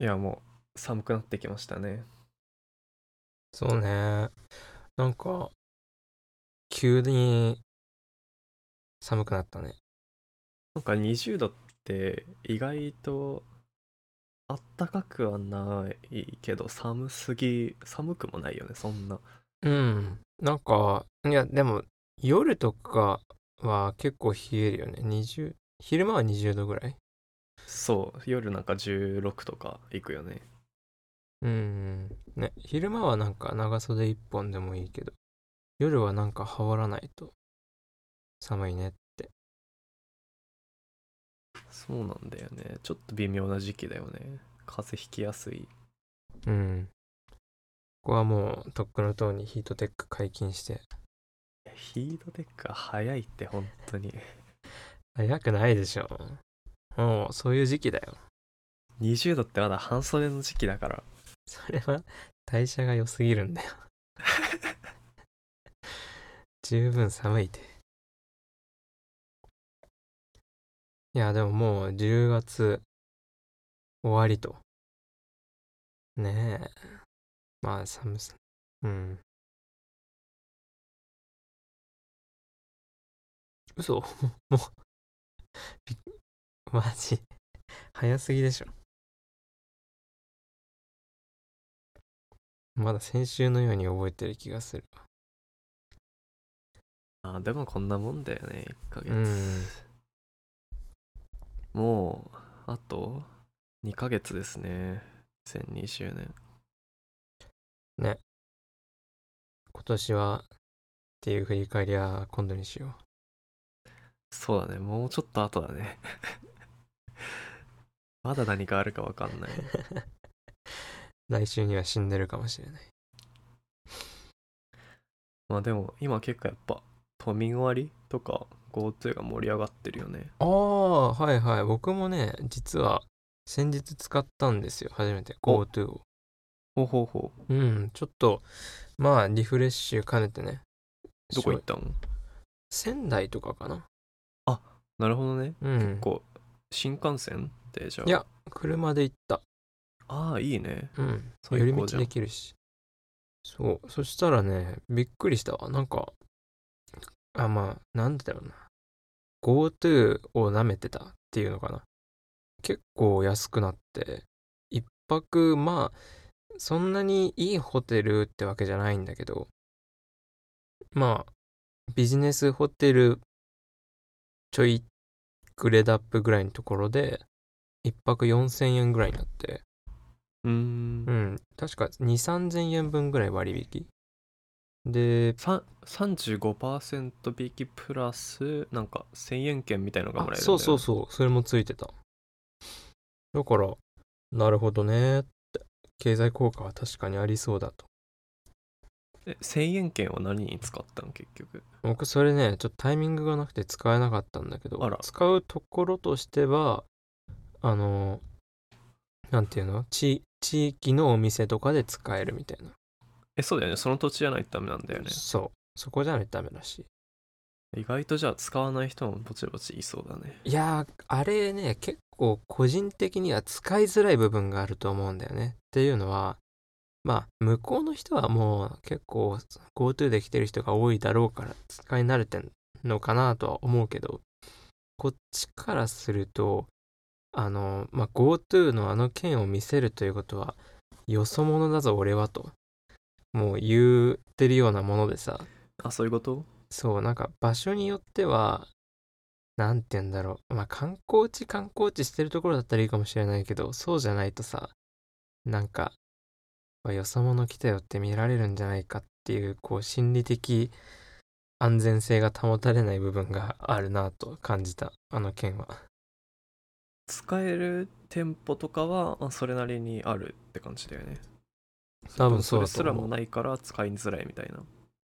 いや、もう寒くなってきましたね。 そうね。なんか、急に寒くなったね。 なんか20度って意外とあったかくはないけど寒くもないよね、そんな。 うん。なんか、いや、でも、夜とかは結構冷えるよね。昼間は20度ぐらい。 そう、夜なんか16とか行くよね。 うん。ね、昼間はなんか長袖一本でもいいけど、夜はなんか羽織らないと寒いねって。 そうなんだよね。ちょっと微妙な時期だよね。風邪ひきやすい。 うん。ここはもう、とっくのとうにヒートテック解禁して。 ヒートテックは早いって本当に。 早くないでしょ。もう、そういう時期だよ。 20度ってまだ半袖の時期だから。 それは、代謝が良すぎるんだよ。十分寒いて。いや、でももう10月終わりと。ねえ。まあ寒さ。うん。嘘もう、びマジ。早すぎでしょ。まだ先週のように覚えてる気がする。 あ、でもこんなもんだよね、1 うヶん。 月。もう、あと2ヶ月ですね。2020年。 ね。今年はっていう振り返りは今度にしよそうだね、もうちょっと後だね。まだ何かあるかわかんない。 う。来週には死んでるかもしれない。 まあでも、今結構やっぱ、都民割とか GoTo が盛り上がってるよね。 ああ、はいはい。僕もね、実は先日使ったんですよ。初めてお、 GoTo を。 ほうほうほう。 うん。ちょっと、まあリフレッシュ兼ねてね。しょどこ行ったの？ 仙台とかかな。 あ、なるほどね。 うん。 結構、新幹線でじゃいや、車で行った。 あ。ああ、いいね。 うん。寄り道最高じゃん。 できるし。そう。そしたらね、びっくりしたわ。なんか、まあ、なんだろうな。GoTo を舐めてたっていうのかな。結構安くなって、一泊、まあ、そんなにいいホテルってわけじゃないんだけど、まあ、ビジネスホテルちょいグレードアップぐらいのところで、一泊4000円ぐらいになって、 うーん。 うん、確か2、3000円分ぐらい割引。で、 35%引きプラス、なんか1000円券みたいのがもらえるそうんだよね。 そうそう、それもついてた。だから、なるほどねって、経済効果は確かにありそうだと。 1000円券は何に使ったの結局？ 僕それね、ちょっとタイミングがなくて使えなかったんだけど、 あら。 使うところとしては、あの、なんていうの地域のお店とかで使えるみたいな。 そうだよね。その土地じゃないとダメなんだよね。 そう。そこじゃないとダメだし。 意外とじゃあ使わない人もぼちぼちいそうだね。 いやー、あれね、結構個人的には使いづらい部分があると思うんだよね。っていうのは、まあ、向こうの人はもう結構 GoTo で来てる人が多いだろうから使い慣れてんのかなとは思うけど、こっちからすると、まあ、GoTo のあの件を見せるということは、よそ者だぞ俺はと、もう言ってるようなものでさ、 あ、そういうこと？ そう、なんか場所によっては、なんて言うんだろう。まあ、観光地してるところだったらいいかもしれないけど、そうじゃないとさ、なんか、よそ者来たよって見られるんじゃないかっていう、こう、心理的安全性が保たれない部分があるなと感じた、あの件は。 使える店舗とかは、それなりにあるって感じだよね。それと多分もそれすらそうだと思もないから使いづらいみたいな。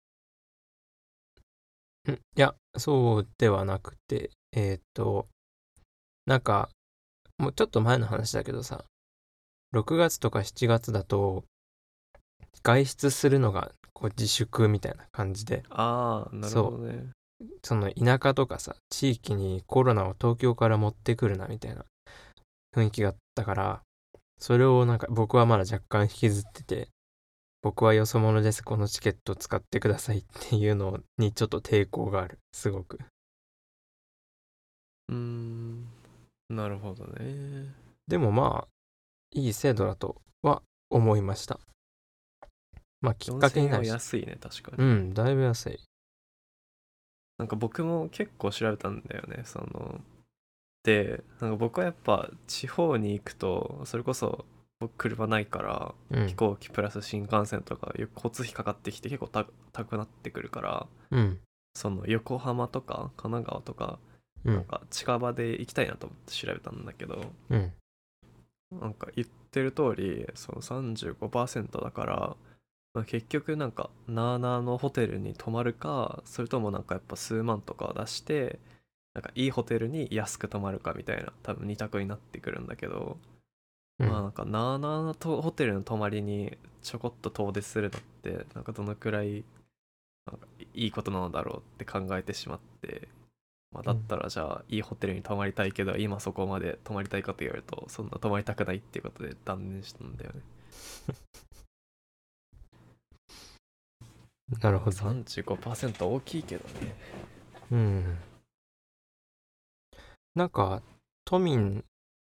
う。いや、そうではなくて、なんか、もうちょっと前の話だけどさ、6月とか7月だと、外出するのがこう自粛みたいな感じで、 ああ、なるほそどね。 その田舎とかさ、地域にコロナを東京から持ってくるなみたいな雰囲気があったから、 それをなんか僕はまだ若干引きずってて、僕はよそ者です、このチケット使ってくださいっていうのにちょっと抵抗がある、すごく。 うーん、なるほどね。 でもまあ、いい制度だとは思いました。まあ、きっか 4000円はけになるし。 安いね、確かに。 うん、だいぶ安い。 なんか僕も結構調べたんだよね。で、なんか僕はやっぱ地方に行くと、それこそ僕車ないから、飛うん、 行機プラス新幹線とかよく交通費かかってきて結構高くなってくるから、 うん、 その横浜とか神奈川とか、 うん、 なんか近場で行きたいなと思って調べたんだけど、 うん、 なんか言ってる通り、その35%だから、まあ、結局なんかなあなあのホテルに泊まるか、それともなんかやっぱ数万とか出して、なんかいいホテルに安く泊まるかみたいな多分二択になってくるんだけど、 うん。 まあなんかなあなあのホテルの泊まりにちょこっと遠出するのってなんかどのくらいなんかいいことなのだろうって考えてしまって、まあ、だったらじゃあいいホテルに泊まりたいけど今そこまで泊まりたいかと言われるとそんな泊まりたくないっていうことで断念したんだよね。 なるほどね。 35%大きいけどね。 うん。なんか、都民、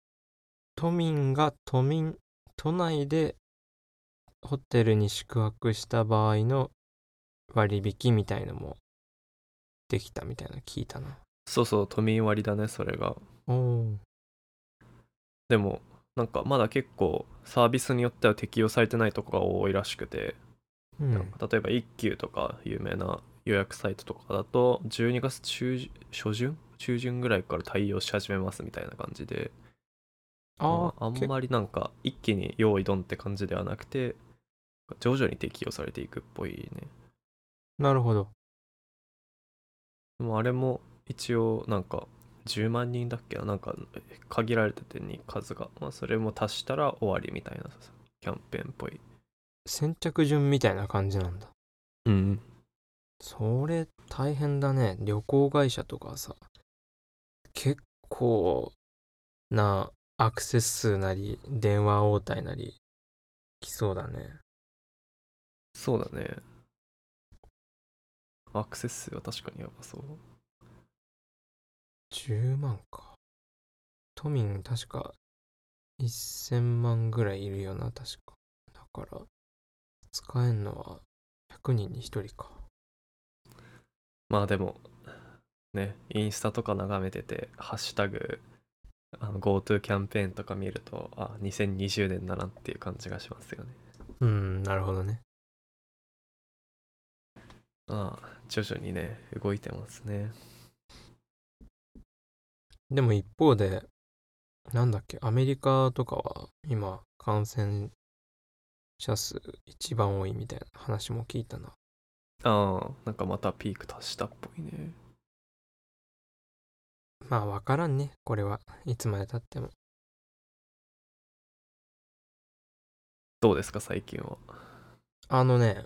都内でホテルに宿泊した場合の割引みたいのもできたみたいなの聞いたな。 そうそう、都民割だね、それが。 おー。 でも、なんかまだ結構サービスによっては適用されてないとこが多いらしくて、なんうん。 か例えば一休とか有名な予約サイトとかだと、12月初旬中旬ぐらいから対応し始めますみたいな感じで、 ああ、 まあ、あんまりなんか一気に用意ドンって感じではなくて、徐々に適用されていくっぽいね。 なるほど。 でもあれも一応なんか10万人だっけな、なんか限られててに数が、まあそれも足したら終わりみたいなキャンペーンっぽい。 先着順みたいな感じなんだ。 うん。 それ大変だね。旅行会社とかさ、結構なアクセス数なり、電話応対なり、来そうだね。 そうだね。アクセス数は確かにやばそう。 10万か。都民確か1000万ぐらいいるよな、確か。だから、使えんのは100人に1人か。 まあでもね、インスタとか眺めてて、ハッシュタグ、GoTo キャンペーンとか見ると、あ、2020年だなっていう感じがしますよね。 うん、なるほどね。 ああ、徐々にね、動いてますね。 でも一方で、なんだっけ、アメリカとかは今、感染者数一番多いみたいな話も聞いたな。 ああ、なんかまたピーク達したっぽいね。 まあ、わからんね、これは。いつまで経っても。 どうですか、最近は。 あのね、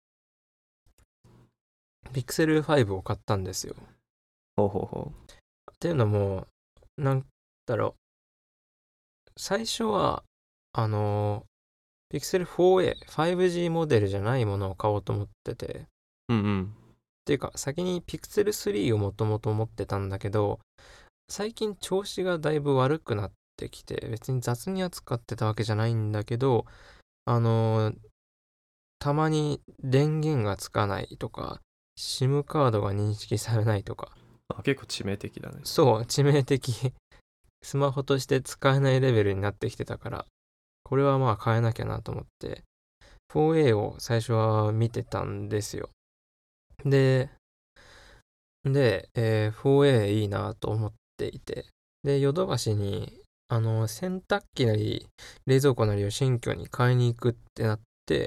ピクセル5を買ったんですよ。 ほうほうほっていうのも、なんだろ最初は、あのピクセル 4A、5G モデルじゃないものを買おうと思ってて、っう。うんうん。 ていうか、先にピクセル3をもともと持ってたんだけど、最近調子がだいぶ悪くなってきて、別に雑に扱ってたわけじゃないんだけど、あのーたまに電源がつかないとか、SIM カードが認識されないとか、 あ、結構致命的だね。 そう、致命的、スマホとして使えないレベルになってきてたから、これはまあ変えなきゃなと思って、4A を最初は見てたんですよ。で、4A いいなと思っていて、で、ヨドバシに、洗濯機なり、冷蔵庫なりを新居に買いに行くってなって、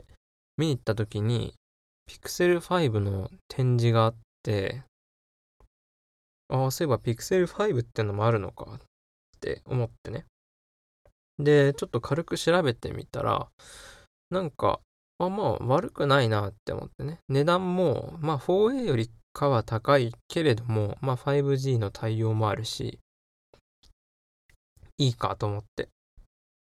見に行った時に、ピクセル5の展示があって、ああ、そういえばピクセル5ってのもあるのかって思ってね。で、ちょっと軽く調べてみたら、なんか、まあ悪くないなって思ってね。値段も、まあ 4A よりかは高いけれども、まあ 5G の対応もあるし、いいかと思って。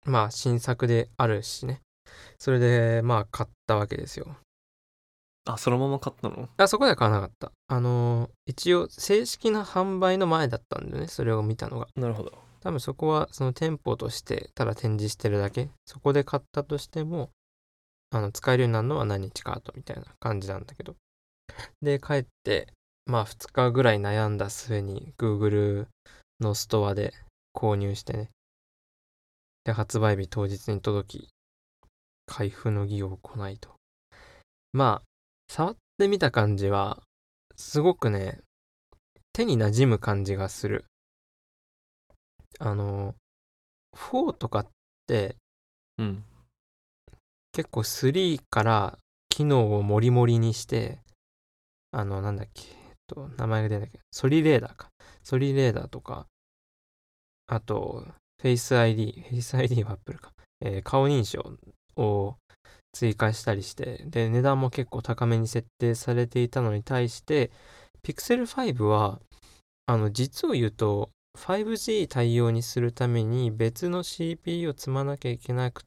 まあ新作であるしね。それでまあ買ったわけですよ。 あ、そのまま買ったの？ そこでは買わなかった。一応正式な販売の前だったんでね、それを見たのが。 なるほど。 多分そこはその店舗としてただ展示してるだけ。そこで買ったとしても、使えるようになるのは何日か後みたいな感じなんだけど。で、帰って、まあ2日ぐらい悩んだ末に Google のストアで購入してね。で、発売日当日に届き、開封の儀を行いと。まあ、触ってみた感じは、すごくね、手に馴染む感じがする。あの、4とかってうん。 結構3から機能をモリモリにして、なんだっけ、名前が出ないけど、ソリレーダーか。ソリレーダーとか、あと、フェイス ID は Apple か。顔認証を追加したりして、で、値段も結構高めに設定されていたのに対して、Pixel 5は、実を言うと、5G 対応にするために別の CPU を積まなきゃいけなくって、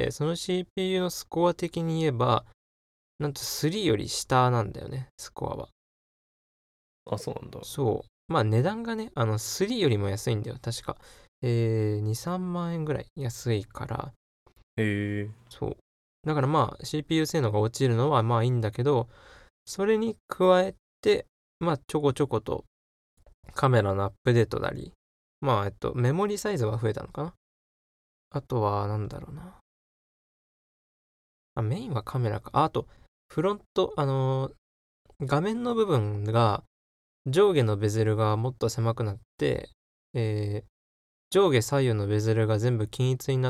その CPU のスコア的に言えば、なんと3より下なんだよね、スコアは。 あ、そうなんだ。 そう。まあ値段がね、3よりも安いんだよ、確か。2、3万円ぐらい安いから、 へえ。 そう。だからまあ CPU 性能が落ちるのはまあいいんだけど、それに加えて、まあちょこちょことカメラのアップデートなり、まあメモリサイズは増えたのかな。あとはなんだろうな。メインはカメラか。あと、フロント、画面の部分が上下のベゼルがもっと狭くなって、えー上下左右のベゼルが全部均一になって、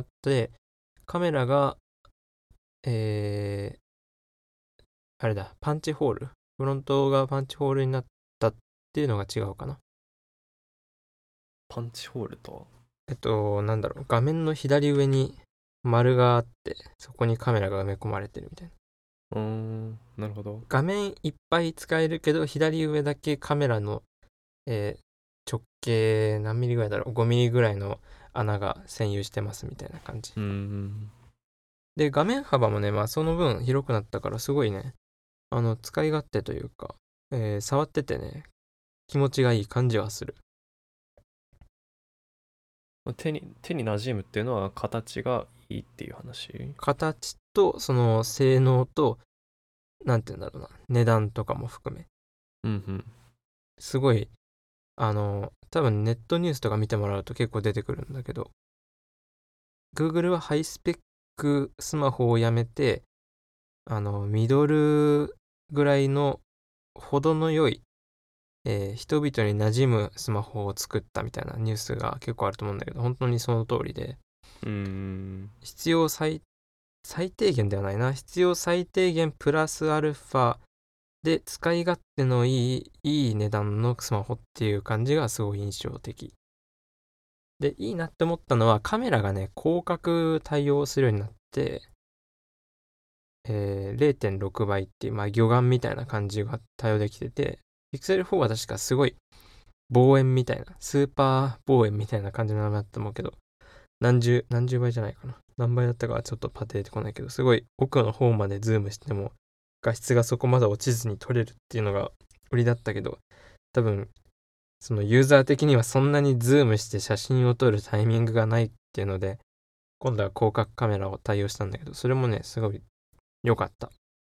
カメラが、えーあれだ、パンチホール。フロントがパンチホールになったっていうのが違うかな。 パンチホールとは？ なんだろう、画面の左上に丸があって、そこにカメラが埋め込まれてるみたいな。 なるほど。 画面いっぱい使えるけど、左上だけカメラの、えー直径何ミリぐらいだろう、5ミリぐらいの穴が占有してますみたいな感じ。 うーん。 で、画面幅もね、まあその分広くなったからすごいね、使い勝手というか、触っててね、気持ちがいい感じはする。 手に馴染むっていうのは形がいいっていう話？ 形と、その性能と、なんて言うんだろうな、値段とかも含め、 うんうん。 すごい、多分ネットニュースとか見てもらうと結構出てくるんだけど、Google はハイスペックスマホをやめて、ミドルぐらいの程の良い、人々に馴染むスマホを作ったみたいなニュースが結構あると思うんだけど、本当にその通りで、 うーん。 必要最低限ではないな。必要最低限プラスアルファで使い勝手のいい値段のスマホっていう感じがすごい印象的。で、いいなって思ったのはカメラがね、広角対応するようになって、0.6倍っていう、まあ魚眼みたいな感じが対応できてて、Pixel 4は確かすごい望遠みたいな、スーパー望遠みたいな感じの名前だと思うけど、何十倍じゃないかな。何倍だったかはちょっとパッと出てこないけど、すごい奥の方までズームしても、画質がそこまで落ちずに撮れるっていうのが売りだったけど、多分、そのユーザー的にはそんなにズームして写真を撮るタイミングがないっていうので、今度は広角カメラを対応したんだけど、それもね、すごい良かった。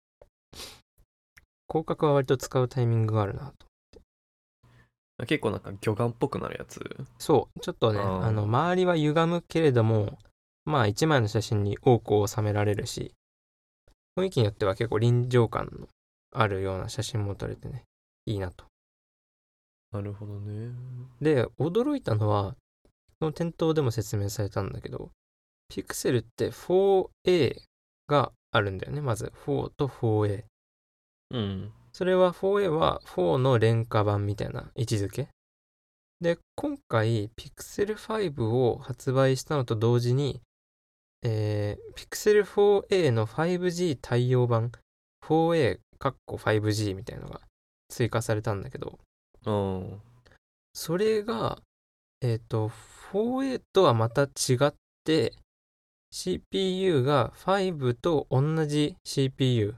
広角は割と使うタイミングがあるなと。 結構なんか魚眼っぽくなるやつ？ そう、ちょっとね、 あ周りは歪むけれども、まあ一枚の写真に多く収められるし、雰囲気によっては結構臨場感のあるような写真も撮れてね、いいなと。 あ、なるほどね。 で、驚いたのは、この店頭でも説明されたんだけど、ピクセルって 4A があるんだよね。まず4と 4A。 うん。 それは 4A は4の廉価版みたいな位置づけ。で、今回 Pixel 5を発売したのと同時に、Pixel 4A の 5G 対応版 4A かっこ 5G みたいなのが追加されたんだけど、 ああ。 それが、4A とはまた違って、 CPU が5と同じ CPU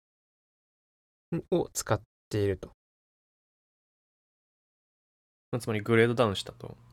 を使っていると。 つまりグレードダウンしたと。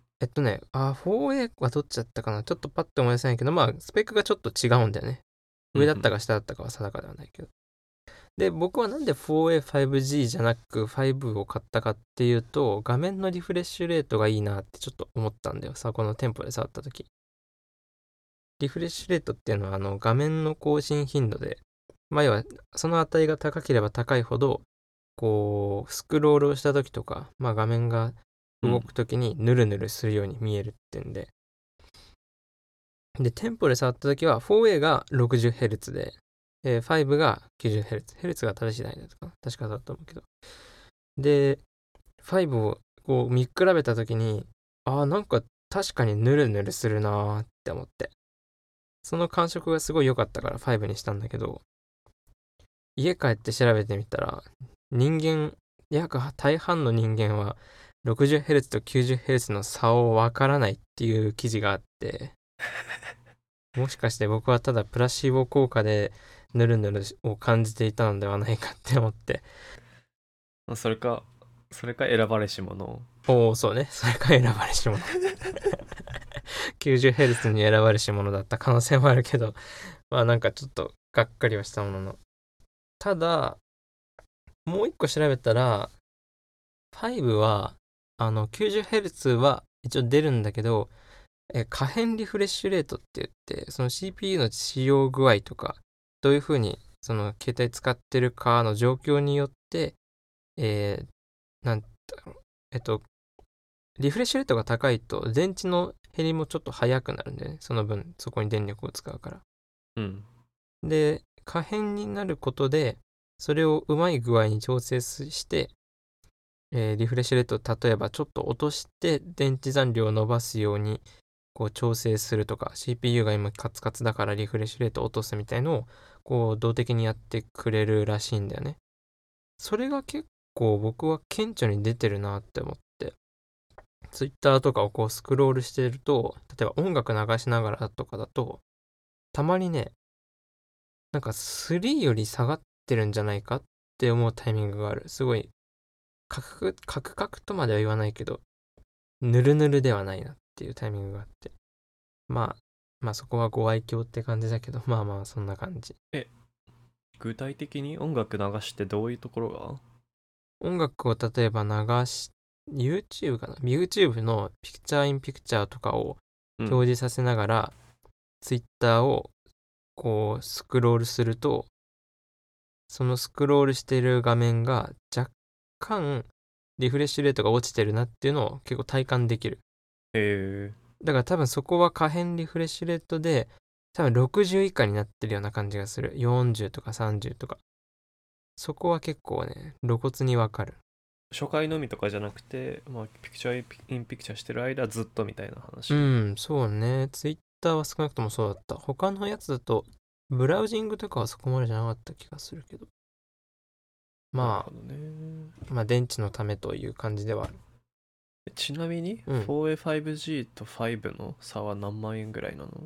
4A はどっちだったかな、ちょっとパッと思い出せないけど、まあ、スペックがちょっと違うんだよね。上だったか下だったかは定かではないけど。で、僕はなんで 4A、5G じゃなく5を買ったかっていうと、画面のリフレッシュレートがいいなってちょっと思ったんだよ。さ、この店舗で触った時。リフレッシュレートっていうのは、画面の更新頻度で、まあ、要は、その値が高ければ高いほど、こう、スクロールをした時とか、まあ、画面が動く時にヌルヌルするように見えるってんで、で、店舗で触った時は 4A が 60Hz で、5が 90Hz。ヘルツが正しいないだとか、確かだと思うけど。で、5をこう見比べた時に、なんか確かにヌルヌルするなーって思って。その感触がすごい良かったから5にしたんだけど、家帰って調べてみたら、人間、約大半の人間は 60Hz と 90Hz の差をわからないっていう記事があって、もしかして僕はただプラシーボ効果でヌルヌルを感じていたのではないかって思って。 それか選ばれし者。 そうね。それか選ばれし者。90Hz に選ばれし者だった可能性もあるけど、まあなんかちょっとがっかりはしたものの。ただ、もう一個調べたら、5は、90Hz は一応出るんだけど、可変リフレッシュレートって言って、その CPU の使用具合とか、どういうふうにその携帯使ってるかの状況によって、なんだろう、リフレッシュレートが高いと電池の減りもちょっと早くなるんだよね。その分、そこに電力を使うから。 うん。 で、可変になることで、それをうまい具合に調整して、リフレッシュレートを例えばちょっと落として電池残量を伸ばすようにこう調整するとか、 CPU が今カツカツだからリフレッシュレートを落とすみたいのをこう動的にやってくれるらしいんだよね。それが結構僕は顕著に出てるなって思って、ツイッターとかをこうスクロールしてると、例えば音楽流しながらとかだと、たまにね、なんか3より下がってるんじゃないかって思うタイミングがある。すごいカクカクとまでは言わないけど、ヌルヌルではないなっていうタイミングがあって。まあ、まあそこはご愛嬌って感じだけど、まあまあそんな感じ。 具体的に音楽流してどういうところが？ 音楽を例えば流し、YouTube かな？ YouTube のピクチャーインピクチャーとかを表示させながら、Twitter をこうスクロールすると、そのスクロールしてる画面が若干リフレッシュレートが落ちてるなっていうのを結構体感できる。 へえ。 だから多分そこは可変リフレッシュレートで、多分60以下になってるような感じがする。40とか30とか。そこは結構ね、露骨にわかる。 初回のみとかじゃなくて、まあ、ピクチャーインピクチャーしてる間ずっとみたいな話。 うん、そうね。ツイッターは少なくともそうだった。他のやつだと、ブラウジングとかはそこまでじゃなかった気がするけど。まなるほどね。 まあ電池のためという感じではある。 ちなみにうん。 4A5G と5の差は何万円ぐらいなの？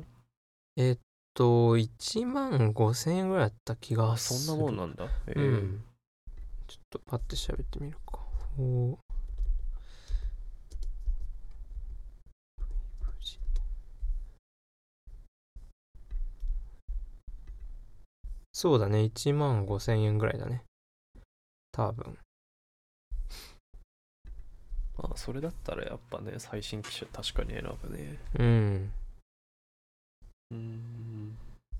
1万5千円ぐらいだった気がそんなする。 もんなんだ。 うん。ちょっとパッて調べてみるか。4G。そうだね。1万5千円ぐらいだね。多分。 まあ、それだったらやっぱね、最新機種確かに選ぶね。 うん。 うーん。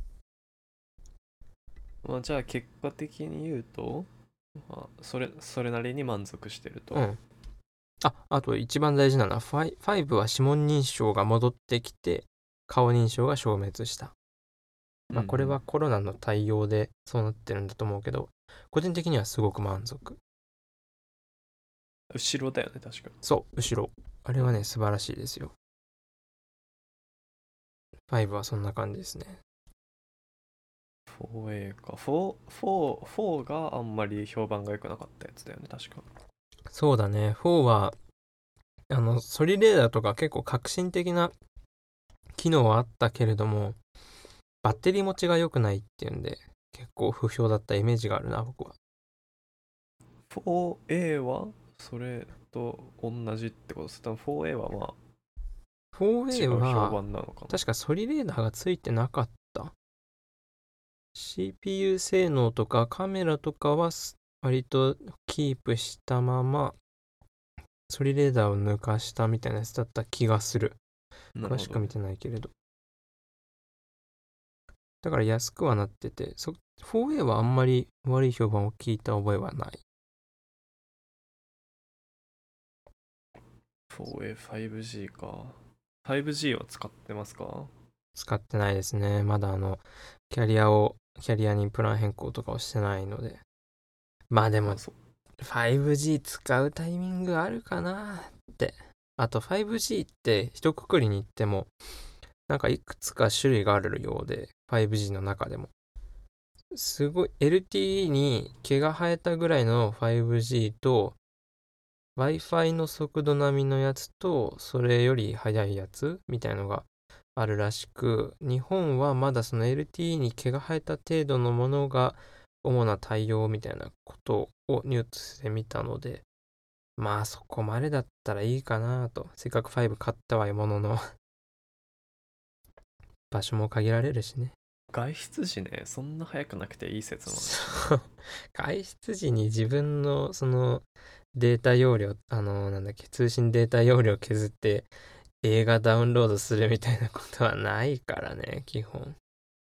まあ、じゃあ結果的に言うと、まあ、それなりに満足してると。 うん。あと一番大事なのは、5は指紋認証が戻ってきて、顔認証が消滅した。まあこれはコロナの対応でそうなってるんだと思うけど、個人的にはすごく満足。 後ろだよね、確か。 そう、後ろ。あれはね、素晴らしいですよ。5はそんな感じですね。 4A か。4があんまり評判が良くなかったやつだよね、確か。 そうだね。4は、ソリレーダーとか結構革新的な機能はあったけれども、 バッテリー持ちが良くないっていうんで、結構不評だったイメージがあるな、僕は。 4A はそれと同じってことです。多分 4A はまあ 違 4A う評は、 判なのかな。 確かソリレーダーがついてなかった。CPU 性能とかカメラとかは割とキープしたまま、ソリレーダーを抜かしたみたいなやつだった気がする。 なるほどね。 詳しく見てないけれど。だから安くはなってて、4A はあんまり悪い評判を聞いた覚えはない。 4A、5G か。5G は使ってますか？ 使ってないですね。まだキャリアにプラン変更とかをしてないので。まあでも、 あ、そう。 5G 使うタイミングあるかなって。あと 5G って一括りに言っても、なんかいくつか種類があるようで、5G の中でも。すごい、LTE に毛が生えたぐらいの 5G と、Wi-Fi の速度並みのやつと、それより速いやつみたいのがあるらしく、日本はまだその LTE に毛が生えた程度のものが主な対応みたいなことをニュースで見たので、まあそこまでだったらいいかなと。せっかく5買ったはいいものの場所も限られるしね。 外出時ね、そんな早くなくていい説もあるしね。 そう。外出時に自分のそのデータ容量、なんだっけ、通信データ容量削って映画ダウンロードするみたいなことはないからね、基本。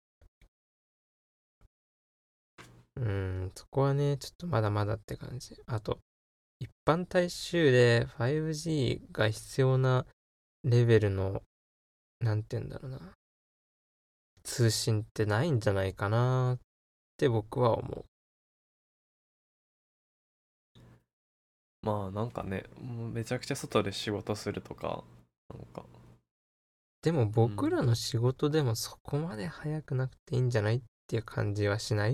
そこはね、ちょっとまだまだって感じ。あと、一般大衆で 5G が必要なレベルの、なんて言うんだろうな、通信ってないんじゃないかなって僕は思う。 まあなんかね、もうめちゃくちゃ外で仕事するとか、なんか、 でもうん。 僕らの仕事でもそこまで早くなくていいんじゃないっていう感じはしない？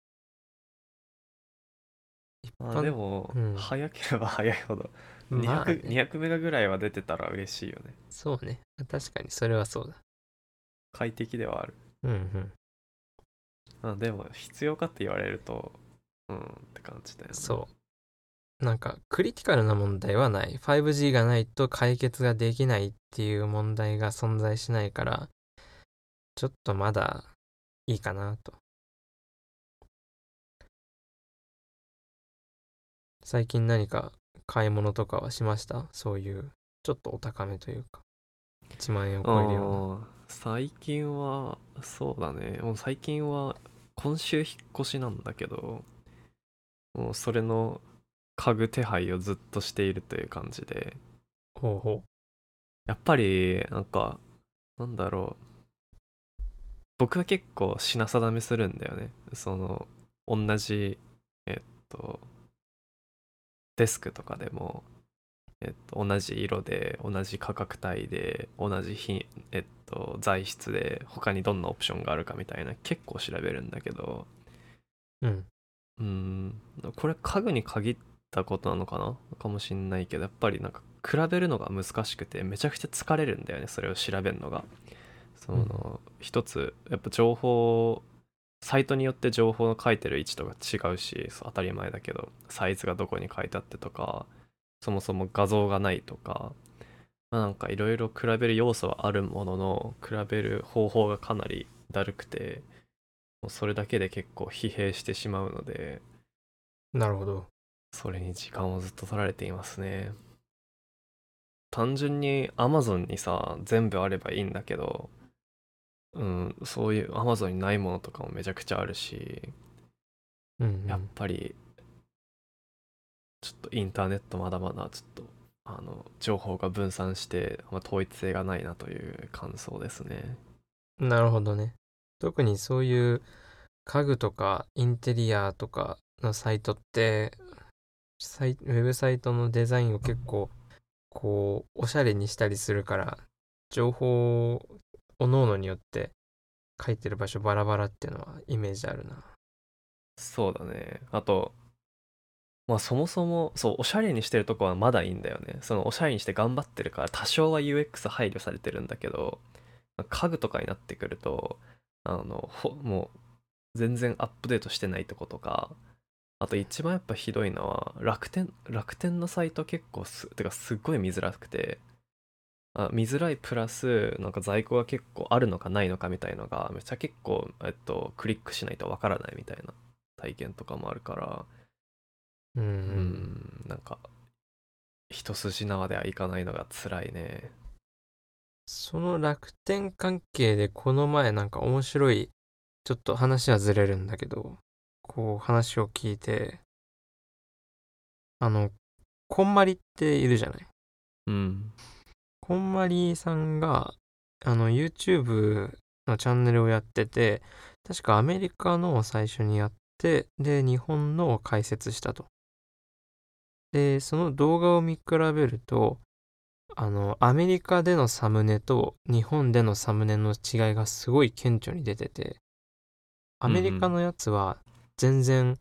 一まあで般、 も、 うん。 早ければ早いほど、200、 まあね。 200メガぐらいは出てたら嬉しいよね。 そうね。確かにそれはそうだ。 快適ではある。 うんうん。 まあでも、必要かって言われると、うんって感じだよね。 そう。なんかクリティカルな問題はない。5G がないと解決ができないっていう問題が存在しないから、ちょっとまだいいかなと。最近何か買い物とかはしました？そういう、ちょっとお高めというか、1万円を超えるような。 最近は、そうだね。もう最近は、今週引っ越しなんだけど、もうそれの家具手配をずっとしているという感じで、 ほうほやっぱり、なんか、なんだろう。僕は結構品定めするんだよね。同じ、えっと、デスクとかでも、同じ色で、同じ価格帯で、同じ材質で、他にどんなオプションがあるかみたいな、結構調べるんだけど、 う。うん。 うーん、これ家具に限ったことなのかなかもしんないけど、やっぱりなんか比べるのが難しくて、めちゃくちゃ疲れるんだよね、それを調べるのが。 うん。 一つ、やっぱサイトによって情報の書いてる位置とか違うし、そう当たり前だけど、サイズがどこに書いてあってとか、そもそも画像がないとか、まあ、なんかいろいろ比べる要素はあるものの、比べる方法がかなりだるくて、もうそれだけで結構疲弊してしまうので、 なるほど。 それに時間をずっと取られていますね。単純に Amazon にさ、全部あればいいんだけど、うん、そういう Amazon にないものとかもめちゃくちゃあるし、 うんうやっん。 ぱりちょっとインターネットまだまだちょっと情報が分散してあんま統一性がないなという感想ですね。 なるほどね。特にそういう家具とかインテリアとかのサイトって、ウェブサイトのデザインを結構こうおしゃれにしたりするから、情報を各々によって書いてる場所バラバラっていうのはイメージあるな。 そうだね。あと、まあそもそもそうおしゃれにしてるとこはまだいいんだよね。そのおしゃれにして頑張ってるから多少は UX 配慮されてるんだけど、家具とかになってくるともう全然アップデートしてないとことか、あと一番やっぱひどいのは楽天のサイト結構てかすっごい見づらくて、見づらいプラスなんか在庫が結構あるのかないのかみたいのがめっちゃ結構、クリックしないとわからないみたいな体験とかもあるから、 うん。 なんか一筋縄ではいかないのが辛いね。 その楽天関係でこの前なんか面白い、ちょっと話はずれるんだけど、こう話を聞いて、あの、こんまりっているじゃない。 うん。 こんまりさんが、YouTube のチャンネルをやってて、確かアメリカのを最初にやって、で、日本のを解説したと。で、その動画を見比べると、アメリカでのサムネと日本でのサムネの違いがすごい顕著に出てて、アうんうん。 メリカのやつは全然、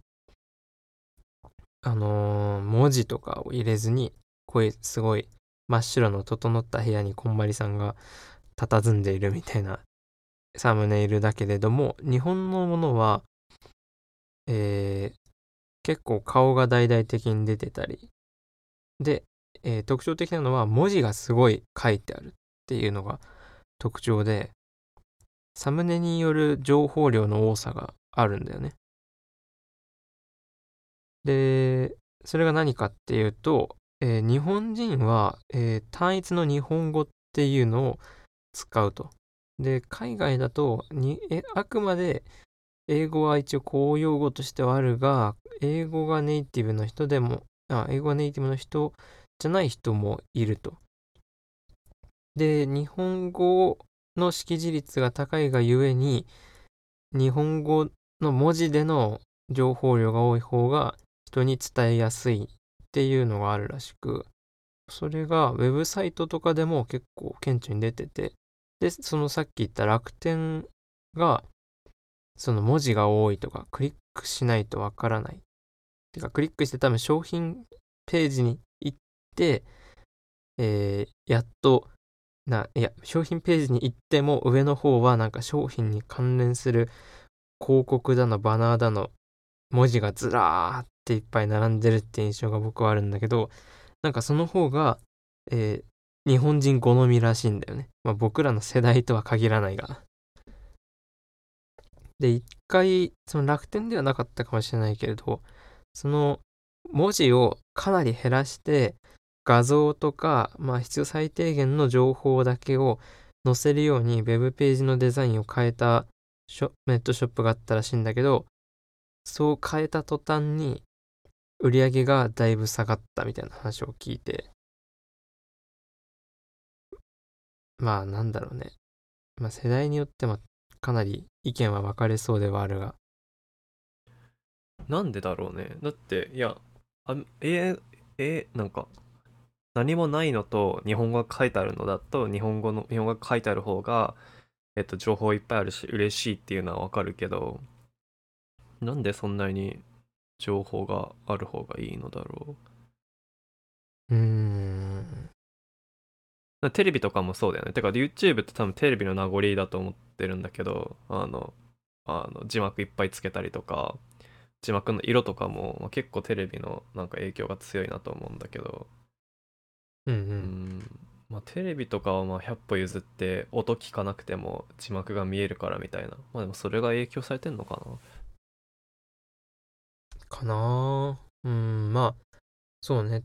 文字とかを入れずに、こういうすごい真っ白の整った部屋にこんまりさんが佇んでいるみたいなサムネイルだけれども、日本のものは、えー結構顔が大々的に出てたり、で、特徴的なのは文字がすごい書いてあるっていうのが特徴で、サムネによる情報量の多さがあるんだよね。で、それが何かっていうと、日本人は、単一の日本語っていうのを使うと。で、海外だとあくまで英語は一応公用語としてはあるが、英語がネイティブの人じゃない人もいると。で、日本語の識字率が高いがゆえに、日本語の文字での情報量が多い方が人に伝えやすいっていうのがあるらしく、それがウェブサイトとかでも結構顕著に出てて、で、そのさっき言った楽天が、その文字が多いとか、クリックしないとわからない。てか、クリックして多分商品ページに行って、やっと、いや、商品ページに行っても上の方はなんか商品に関連する広告だの、バナーだの、文字がずらーっていっぱい並んでるって印象が僕はあるんだけど、なんかその方が、えー日本人好みらしいんだよね。まあ僕らの世代とは限らないが。で、一回、その楽天ではなかったかもしれないけれど、その文字をかなり減らして、画像とか、まあ必要最低限の情報だけを載せるように、ウェブページのデザインを変えたネットショップがあったらしいんだけど、そう変えた途端に売り上げがだいぶ下がったみたいな話を聞いて、まあなんだろうね。まあ世代によってもかなり意見は分かれそうではあるが、 なんでだろうね。だって、いや、あ、なんか、何もないのと日本語が書いてあるのだと、日本語が書いてある方が、情報いっぱいあるし、嬉しいっていうのはわかるけど、なんでそんなに情報がある方がいいのだろうーん、 う。テレビとかもそうだよね。てか、YouTube って多分テレビの名残だと思ってるんだけど、字幕いっぱいつけたりとか、字幕の色とかも、結構テレビのなんか影響が強いなと思うんだけど、 うんうん。 テレビとかは100歩譲って音聞かなくても字幕が見えるからみたいな。でもそれが影響されてんのかな。 かなぁ。まあ、そうね、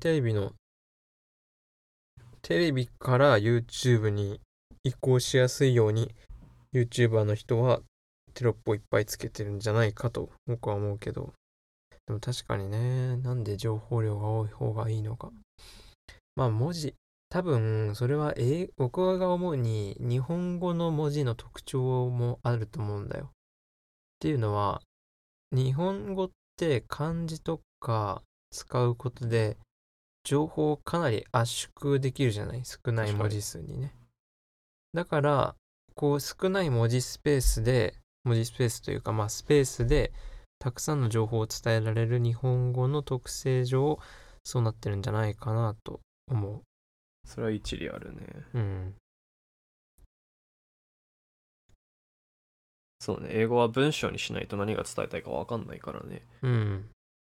テレビから YouTube に移行しやすいように、YouTuber の人はテロップをいっぱいつけてるんじゃないかと僕は思うけど、でも確かにね、なんで情報量が多い方がいいのか。まあ多分それは僕が思うに日本語の文字の特徴もあると思うんだよ。っていうのは、日本語って漢字とか使うことで情報をかなり圧縮できるじゃない、少ない確かに。 文字数にね。だから、こう少ない文字スペースというか、まあスペースでたくさんの情報を伝えられる日本語の特性上、そうなってるんじゃないかなと思それは一理あるね。 う。うん。 そうね、英語は文章にしないと何が伝えたいか分かんないからね。 うん。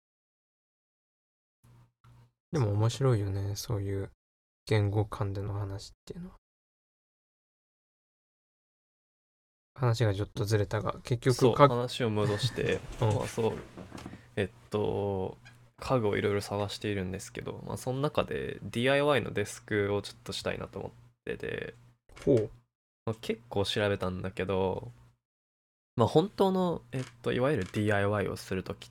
でも面そう白いよね、そういう言語間での話っていうのは。話がちょっとずれたが、結局そう話を戻して、 うん。 まあそう、えっと、家具をいろいろ探しているんですけど、まあその中で DIY のデスクをちょっとしたいなと思ってて、 ほう。 まあ、結構調べたんだけど、まあ本当の、いわゆる DIY をするときって、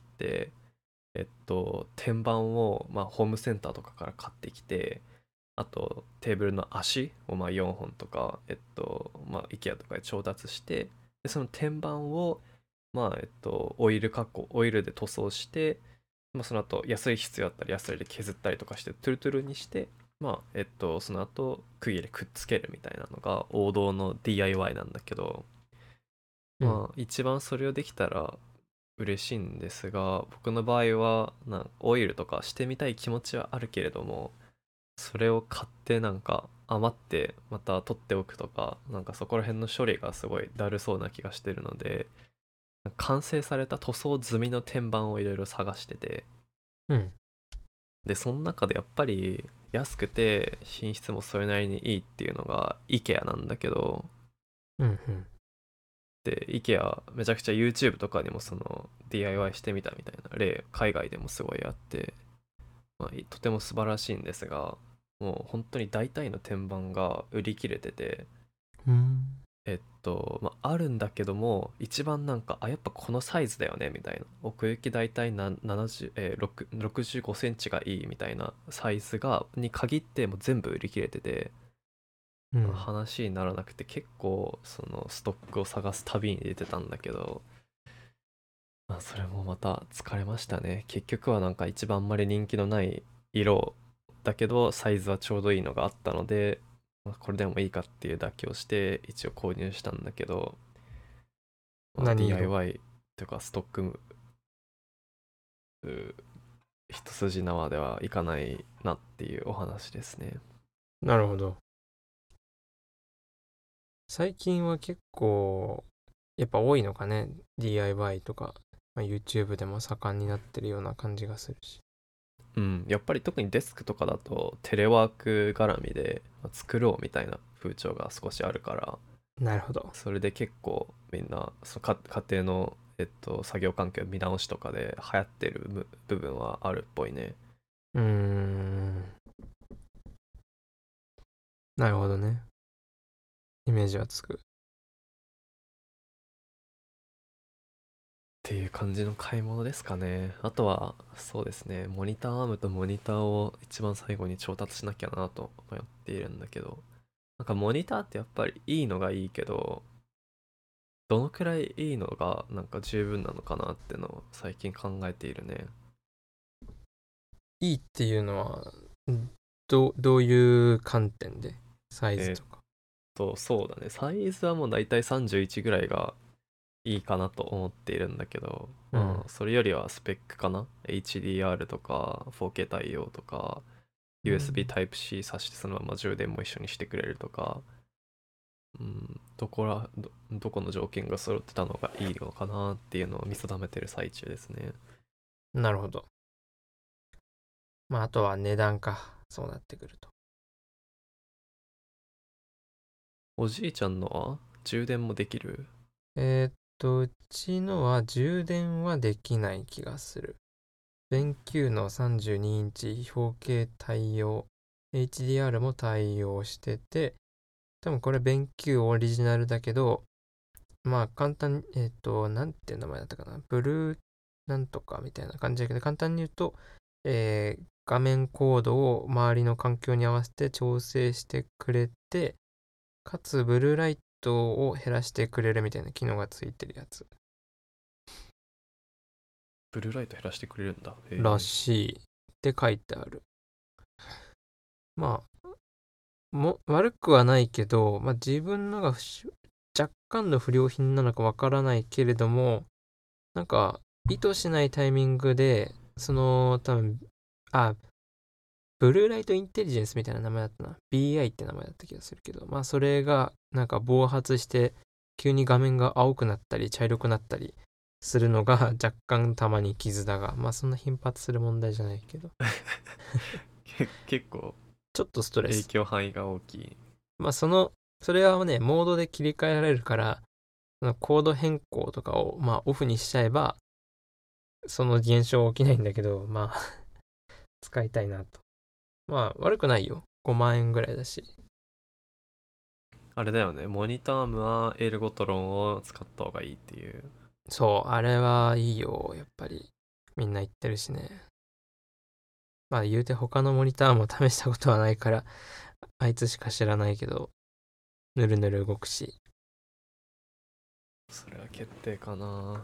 天板を、まあ、ホームセンターとかから買ってきて、あとテーブルの足をまあ4本とか、まあ、IKEA とかで調達して、でその天板を、まあ、オイルで塗装して、まあ、その後、ヤスリ必要だったらヤスリで削ったりとかして、トゥルトゥルにして、まあ、その後、釘でくっつけるみたいなのが王道の DIY なんだけど、 うん。 まあ、一番それをできたら嬉しいんですが、僕の場合はオイルとかしてみたい気持ちはあるけれども、それを買って余ってまた取っておくとか、そこら辺の処理がすごいだるそうな気がしてるので、完成された塗装済みの天板をいろいろ探してて、 うん。 でその中でやっぱり安くて品質もそれなりにいいっていうのが IKEA なんだけど、 うん。うん。 で IKEA めちゃくちゃ YouTube とかにもその DIY してみたみたいな例海外でもすごいあって、まあ、とても素晴らしいんですが、もう本当に大体の天板が売り切れてて、 うん。 まあ、あるんだけども、一番やっぱこのサイズだよねみたいな、奥行き大体な70、65センチがいいみたいなサイズに限ってもう全部売り切れてて、まあうん。 話にならなくて結構そのストックを探す旅に出てたんだけど、まあ、それもまた疲れましたね。結局は一番あんまり人気のない色だけどサイズはちょうどいいのがあったので、まあ、これでもいいかっていう妥協して一応購入したんだけど、まあ、 何色？ DIY というかストック一筋縄ではいかないなっていうお話ですね。 なるほど。最近は結構、やっぱ多いのかね。DIY とか、まあ、YouTube でも盛んになってるような感じがするし。 うん、やっぱり特にデスクとかだとテレワーク絡みで作ろうみたいな風潮が少しあるから、 なるほど。 それで結構みんな家庭の、作業環境見直しとかで流行ってる部分はあるっぽいね。 うーん。なるほどね。イメージはつく。 っていう感じの買い物ですかね。あとはそうですね、モニターアームとモニターを一番最後に調達しなきゃなと迷っているんだけど、モニターってやっぱりいいのがいいけど、どのくらいいいのが十分なのかなってのを最近考えているね。 いいっていうのは、どういう観点で？サイズえーっとか。 そうだね。サイズはもうだいたい31ぐらいがいいかなと思っているんだけど、 うん。 まあ、それよりはスペックかな。 HDR とか 4K 対応とか、 う USB ん。 Type-C 挿してそのまま充電も一緒にしてくれるとか、うん、どこの条件が揃ってたのがいいのかなっていうのを見定めてる最中ですね。 なるほど。まあ、あとは値段か。そうなってくると。 おじいちゃんのは充電もできる？ うちのは充電はできない気がする。全9の32インチ 4K 対応、HDR も対応してて、多分これベンキューオリジナルだけど、まあ簡単に、なんていう名前だったかな。ブルーなんとかみたいな感じだけど、簡単に言うと、画面コードを周りの環境に合わせて調整してくれて、かつブルーライトを減らしてくれるみたいな機能がついてるやつブルーライト減らしてくれるんだ。へらえ。 しいって書いてある。まあ、悪くはないけど、まあ自分のが若干の不良品なのかわからないけれども、なんか、意図しないタイミングで、多分、あ、ブルーライトインテリジェンスみたいな名前だったな。BI って名前だった気がするけど、まあ、それが、なんか暴発して、 急に画面が青くなったり茶色くなったりするのが若干たまに傷だが、まあそんな頻発する問題じゃないけど、 結構ちょっとストレ影ス。 響範囲が大きい。 まあそれはね、モードで切り替えられるから、そのコード変更とかをまあオフにしちゃえば、その現象起きないんだけど、まあ使いたいなと。まあ悪くないよ。5万円ぐらいだし。 あれだよね、モニタームはエルゴトロンを使った方がいいっていう。 そう、あれはいいよ、やっぱり。みんな言ってるしね。まあ言うて他のモニターも試したことはないから、あいつしか知らないけど、ぬるぬる動くし。 それは決定かな。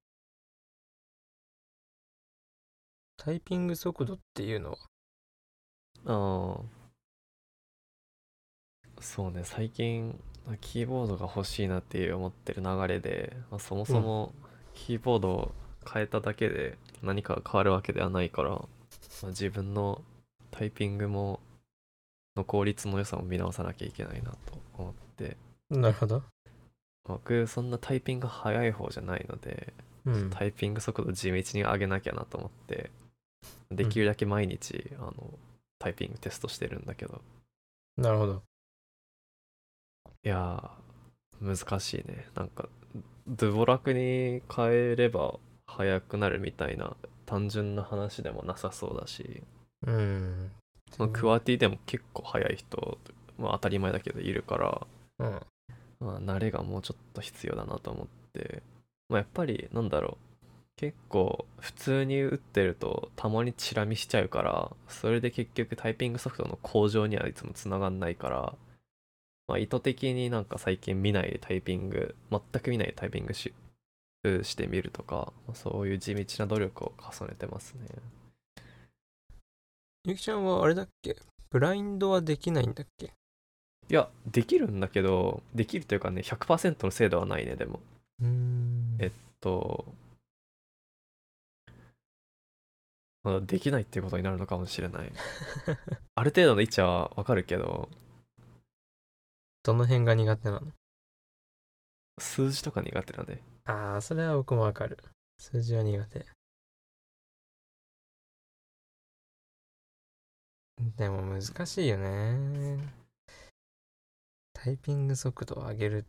タイピング速度っていうのは、 ああ、そうね、最近キーボードが欲しいなっていう思ってる流れで、そもうん。 そもキーボードを変えただけで何かが変わるわけではないから、自分のタイピングもの効率の良さを見直さなきゃいけないなと思って、 なるほど。 僕そんなタイピング速い方じゃないので、 うん。 タイピング速度地道に上げなきゃなと思って、でうん。 きるだけ毎日タイピングテストしてるんだけど、 なるほど。 いやー難しいね。なんかドゥボラクに変えれば速くなるみたいな単純な話でもなさそうだし、 うん。 クワティでも結構速い人、当たり前だけどいるから、 うん。 慣れがもうちょっと必要だなと思って、やっぱりなんだろう、結構普通に打ってるとたまにチラ見しちゃうから、それで結局タイピングソフトの向上にはいつもつながんないから、意図的になんか最近見ないでタイピング、全く見ないでタイピングしてみるとか、そういう地道な努力を重ねてますね。 ゆきちゃんはあれだっけ？ブラインドはできないんだっけ？ いや、できるんだけど、できるというかね、100%の精度はないね、でも。 うーん。 えっと、できないっていうことになるのかもしれない。ある程度の位置はわかるけど、 どの辺が苦手なの？ 数字とか苦手だね。 ああ、それは僕もわかる。数字は苦手。でも難しいよね。タイピング速度を上げるって、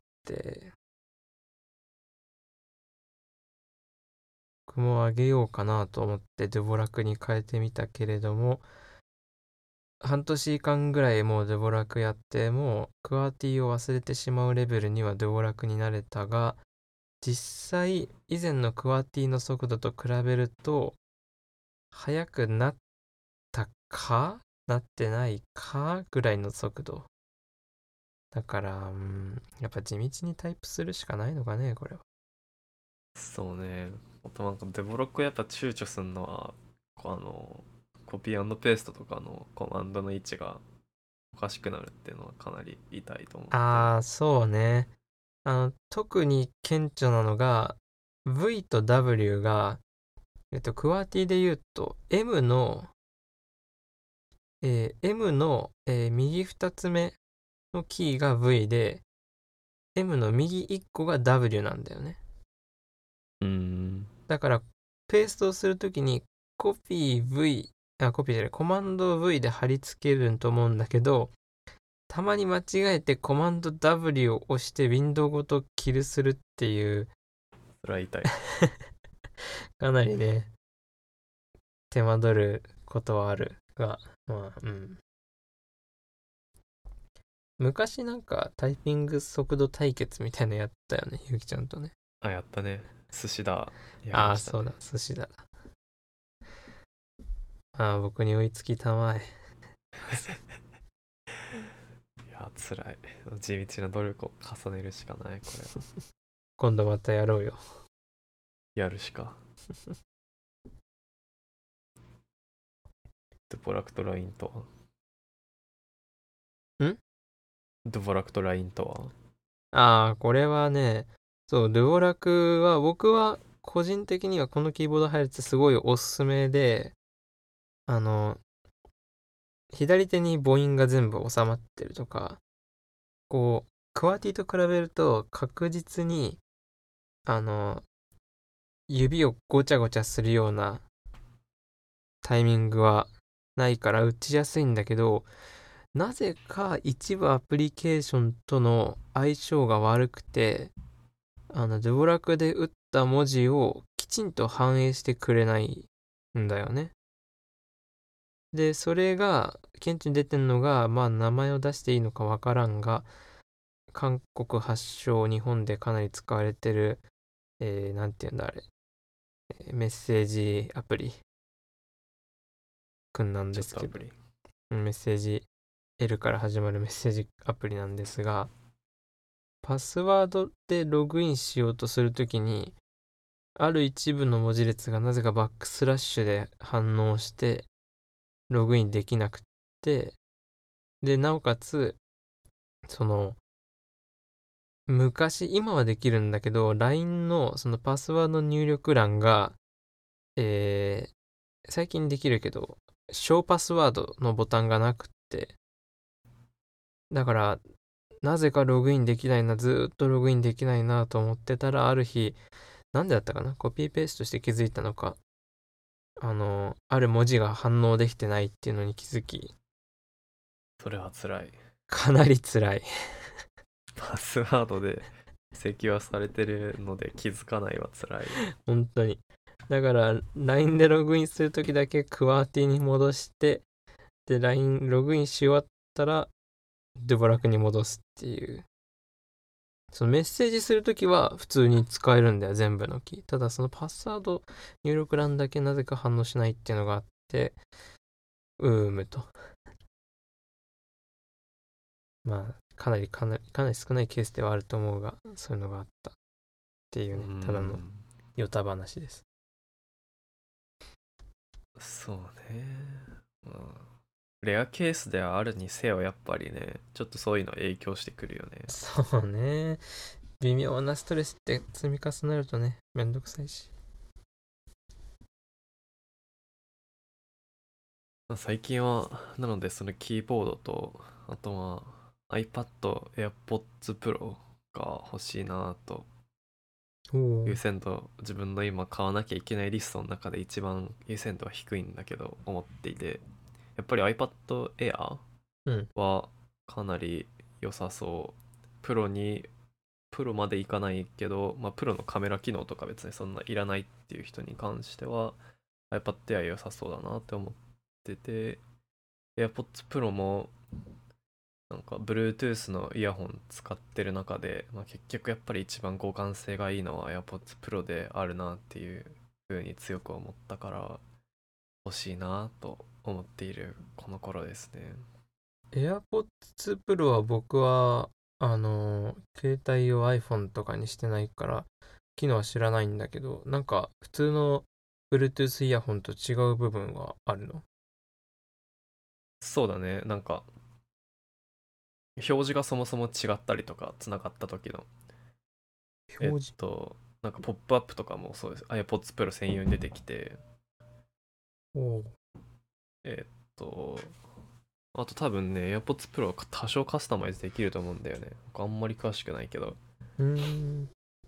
僕も上げようかなと思ってデボラクに変えてみたけれども、半年間ぐらいもうデボラクやってもうクワティを忘れてしまうレベルにはデボラクになれたが、実際以前のクワティの速度と比べると速くなったかなってないかぐらいの速度だから、やっぱ地道にタイプするしかないのかね、これは。 そうね。あとなんかデボロックやっぱ躊躇するのは、コピーペーストとかのコマンドの位置がおかしくなるっていうのはかなり痛いと思って。 ああ、そうね。特に顕著なのが V と W が、クワティで言うと M の、右2つ目のキーが V で M の右1個が W なんだよね。 うーん。 だからペーストをするときにコピー V、コピーじゃない、コマンド V で貼り付けると思うんだけど、たまに間違えてコマンド W を押してウィンドウごとキルするっていうそれは痛い。 かなりね、手間取ることはあるが、まあ、昔なんかタイピング速度対決みたいなのやったよね、ゆきちゃんとね。 やったね。寿司だ。やりああ、 ましたね。 そうだ、寿司だ。ああ、僕に追いつきたまえ。 いや、辛い。地道な努力を重ねるしかない、これは。 今度またやろうよ。 やるしか。ドボラクトラインとは。 んドボラクトラインとは。 ああ、これはね、そう、ドゥオラクは僕は個人的にはこのキーボード配列すごいおすすめで、あの、左手に母音が全部収まってるとか、こう、 クワティと比べると確実に、あの、指をごちゃごちゃするようなタイミングはないから打ちやすいんだけど、なぜか一部アプリケーションとの相性が悪くて、ドゥボラクで打った文字をきちんと反映してくれないんだよね。で、それが顕著に出てんのが、まあ名前を出していいのかわからんが、韓国発祥、日本でかなり使われてる、なんていうんだあれ、メッセージアプリくんなんですけど、 チャットアプリ。 メッセージ L から始まるメッセージアプリなんですが、パスワードでログインしようとするときに、ある一部の文字列がなぜかバックスラッシュで反応して、ログインできなくって、で、なおかつ、その、今はできるんだけど、LINE のそのパスワード入力欄が、え最近できるけど、小パスワードのボタンがなくって、だから、なぜかログインできないな、ずーっとログインできないなと思ってたら、ある日、なんでだったかな、コピーペーストして気づいたのか、ある文字が反応できてないっていうのに気づき、 それは辛い。 かなり辛い。 パスワードで請求はされてるので気づかないは辛い。 本当に。だから、LINE でログインするときだけクワーティに戻して、で、LINE ログインし終わったら、ドゥボラクに戻すっていう。そのメッセージするときは普通に使えるんだよ、全部のキー。ただそのパスワード入力欄だけなぜか反応しないっていうのがあって、と。まあ、かなり少ないケースではあると思うが、そういうのがあったっていうーうね、ただのん。 ヨタ話です。 そうね。まあ、レアケースではあるにせよやっぱりね、ちょっとそういうの影響してくるよね。 そうね。微妙なストレスって積み重なるとね、めんどくさいし。 まあ最近は、なのでそのキーボードと、あとは iPad AirPods Pro が欲しいなと、 おお。 優先度、自分の今買わなきゃいけないリストの中で一番優先度は低いんだけど、思っていて、やっぱり iPad Air うん。 はかなり良さそう。プロに、プロまでいかないけど、まあ、プロのカメラ機能とか別にそんないらないっていう人に関しては iPad Air 良さそうだなって思ってて、AirPods Pro もなんか Bluetooth のイヤホン使ってる中で、まあ、結局やっぱり一番互換性がいいのは AirPods Pro であるなっていう風に強く思ったから欲しいなと思っているこの頃ですね。 AirPods Pro は僕は、携帯を iPhone とかにしてないから、機能は知らないんだけど、なんか普通の Bluetooth イヤホンと違う部分はあるの？ そうだね。なんか表示がそもそも違ったりとか、つながった時の、えっ表示。 なんかポップアップとかもそうです。AirPods Pro 専用に出てきて、 おう。 えっと、あと多分ね、AirPods Pro は多少カスタマイズできると思うんだよね。僕あんまり詳しくないけど。 うーん。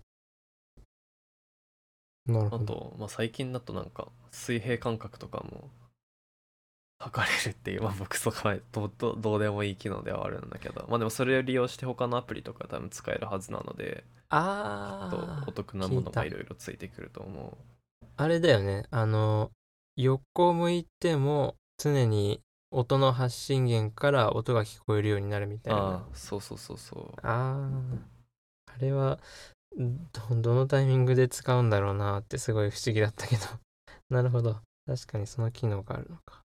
なるほど。 あと、まあ、最近だとなんか水平感覚とかも測れるっていう、まあ僕そこはどうでもいい機能ではあるんだけど、まあでもそれを利用して他のアプリとか多分使えるはずなので、きっとおあ得なー、聞ものがいいた。 ろいろついてくると思あれだよね。横向いても常に音の発信源から音が聞こえるようになるみたう。 いな。 ああ、そうそうそうそう。 あれはどのタイミングで使うんだろうなってすごい不思議だったけどなるほど。確かにその機能があるのか。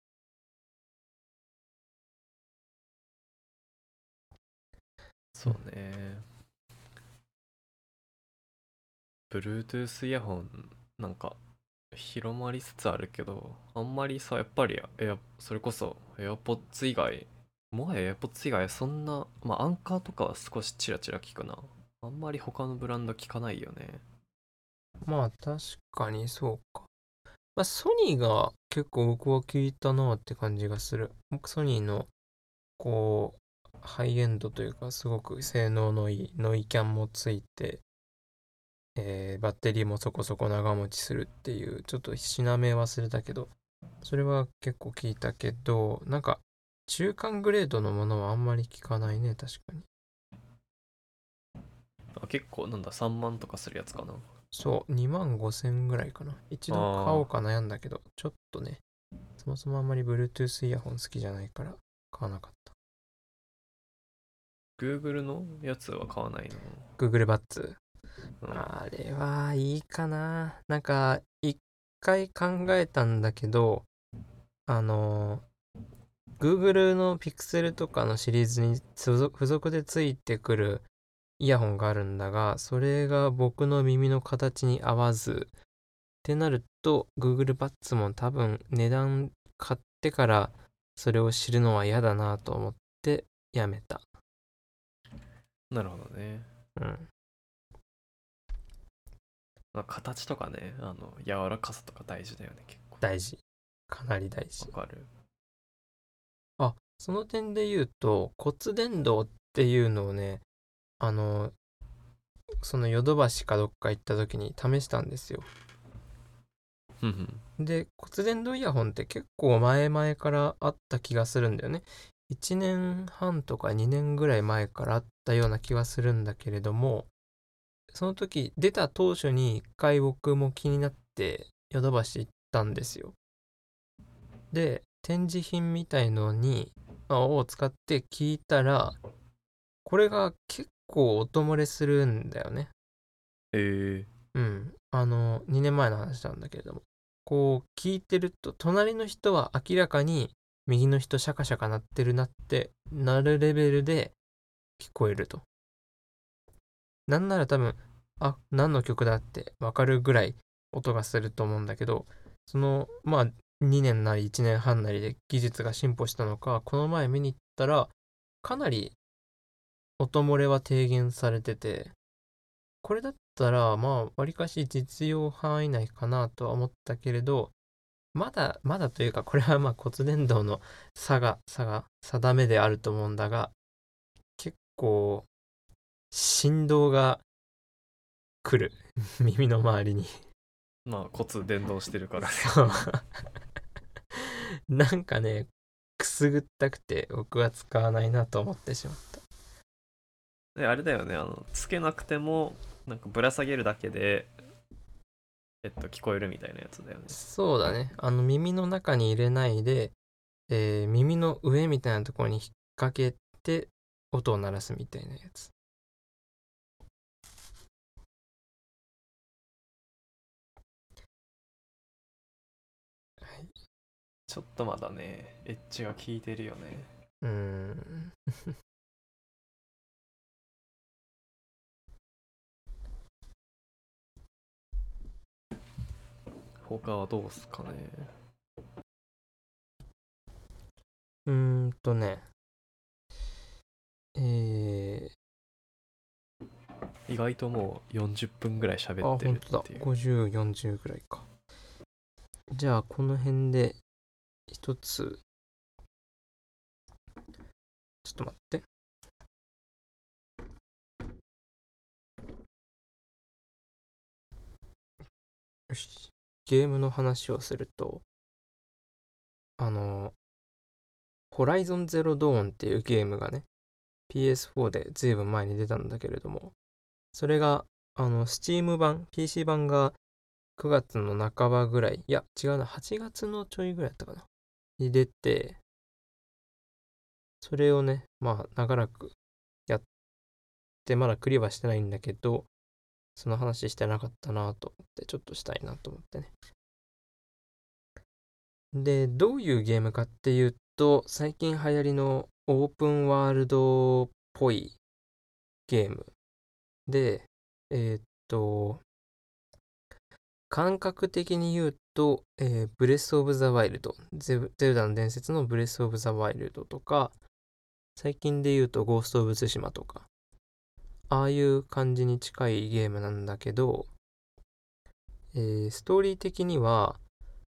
うそん。 うね。Bluetooth イヤホンなんか広まりつつあるけど、あんまりさ、やっぱりそれこそ AirPods 以外、もはや AirPods 以外そんな、まあアンカーとかは少しチラチラ聞くな。あんまり他のブランド聞かないよね。 まあ確かにそうか。まあソニーが結構僕は聞いたなって感じがする。僕ソニーのこハイエンドというか、すごく性能のいいノイキャンもついて、バッテリーもそこそこ長持ちするっていう、ちょっと品名忘れたけど、それは結構聞いたけど、なんか、中間グレードのものはあんまり聞かないね、確かに。 あ、結構なんだ、3万とかするやつかな。 そう、2万5千ぐらいかな。一度買おうああ、 か悩んだけど、ちょっとね、そもそもあんまり Bluetooth イヤホン好きじゃないから買わなかった。 Google のやつは買わないの？ Google Buds。 うん。 あれはいいかな。なんか、一回考えたんだけど、あの、Google の Pixel とかのシリーズに付属でついてくるイヤホンがあるんだが、それが僕の耳の形に合わず、ってなると、Google Buds も多分値段買ってからそれを知るのは嫌だなと思ってやめた。 なるほどね。 うん。 まあ、形とかね、柔らかさとか大事だよね、結構。 大事。かなり大事。 わかる。 あ、その点で言うと、骨伝導っていうのをね、あの、そのヨドバシかどっか行った時に試したんですよ。 ふんふん。 で、骨伝導イヤホンって結構前々からあった気がするんだよね。1年半とか2年ぐらい前からあったような気がするんだけれども、その時出た当初に一回僕も気になってヨドバシ行ったんですよ。で、展示品みたいのを使って聞いたら、これが結構音漏れするんだよね。 えうん。2年前の話なんだけれども。こう、聞いてると、隣の人は明らかに、右の人シャカシャカ鳴ってるなってなるレベルで聞こえると。なんなら多分、あ、何の曲だってわかるぐらい音がすると思うんだけど、まあ、2年なり1年半なりで技術が進歩したのか、この前見に行ったら、かなり音漏れは低減されてて、これだったら、まあ、わりかし実用範囲内かなとは思ったけれど、まだというか、これはまあ骨伝導の定めであると思うんだが、結構、振動が来る。耳の周りに。 まあ、骨伝導してるからね。 そう。なんかね、くすぐったくて、僕は使わないなと思ってしまった。 で、あれだよね、つけなくても、なんかぶら下げるだけで、聞こえるみたいなやつだよね。 そうだね。耳の中に入れないで、耳の上みたいなところに引っ掛けて音を鳴らすみたいなやつ。はい。 ちょっとまだね、エッジが効いてるよね。 うーん。 他はどうすかね。 ね。え意外ともう40分ぐらい喋ってるっ本当だ。 ていう。 50、40ぐらいか。じゃあ、この辺で一つ、ちょっと待って。よし。ゲームの話をすると、あの、ホライゾンゼロドーンっていうゲームがね、PS4 でずいぶん前に出たんだけれども、それが、Steam 版、PC 版が9月の半ばぐらい、いや、違うな、8月のちょいぐらいだったかな、に出て、それをね、まあ、長らくやって、まだクリアはしてないんだけど、その話してなかったなと思って、ちょっとしたいなと思ってね。で、どういうゲームかっていうと、最近流行りのオープンワールドっぽいゲームで、えーっと、感覚的に言うと、ブレス・オブ・ザ・ワイルド、ゼルダの伝説のブレス・オブ・ザ・ワイルドとか、最近で言うとゴースト・オブ・ツシマとか、ああいう感じに近いゲームなんだけど、ストーリー的には、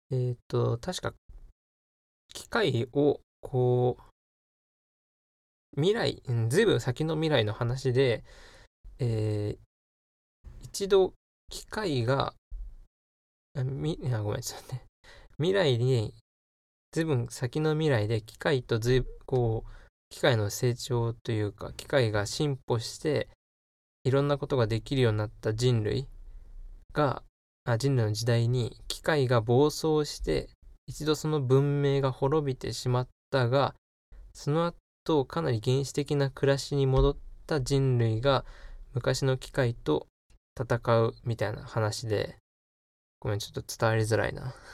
確か機械をこう、 未来、ずいぶん先の未来の話で、えー一度機械が、ごめん、ちょっとね。未来に、ずいぶん先の未来で機械と機械の成長というか、機械が進歩して、いろんなことができるようになったが、人類の時代に機械が暴走して、一度その文明が滅びてしまったが、その後、かなり原始的な暮らしに戻った人類が、昔の機械と戦うみたいな話で、ごめん、ちょっと伝わりづらいな。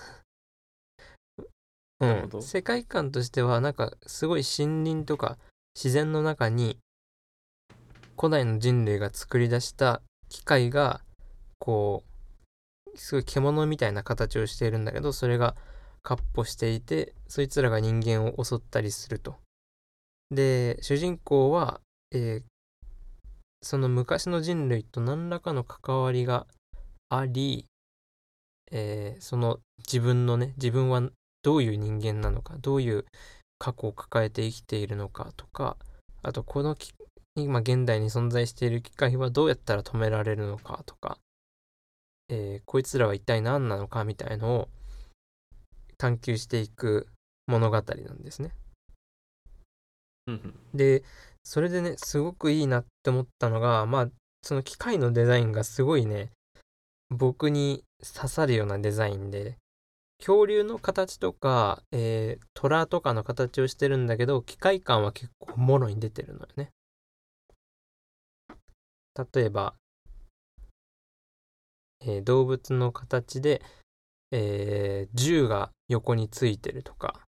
うん。 なるほど。 世界観としては、なんか、すごい森林とか自然の中に、古代の人類が作り出した機械が、こすごい獣みたいな形をしているんだけど、それが闊歩していて、そいつらが人間を襲ったりすると。で、主人公は、えーその昔の人類と何らかの関わりがあり、その自分はどういう人間なのか、どういう過去を抱えて生きているのかとか、あと今現代に存在している機械はどうやったら止められるのかとか、こいつらは一体何なのかみたいのを探求していく物語なんですね。 うんうん。 で、それでね、すごくいいなって思ったのが、その機械のデザインがすごいね、僕に刺さるようなデザインで、恐竜の形とか、虎とかの形をしてるんだけど、機械感は結構もろに出てるのよね。例えば、動物の形で、銃が横についてるとか、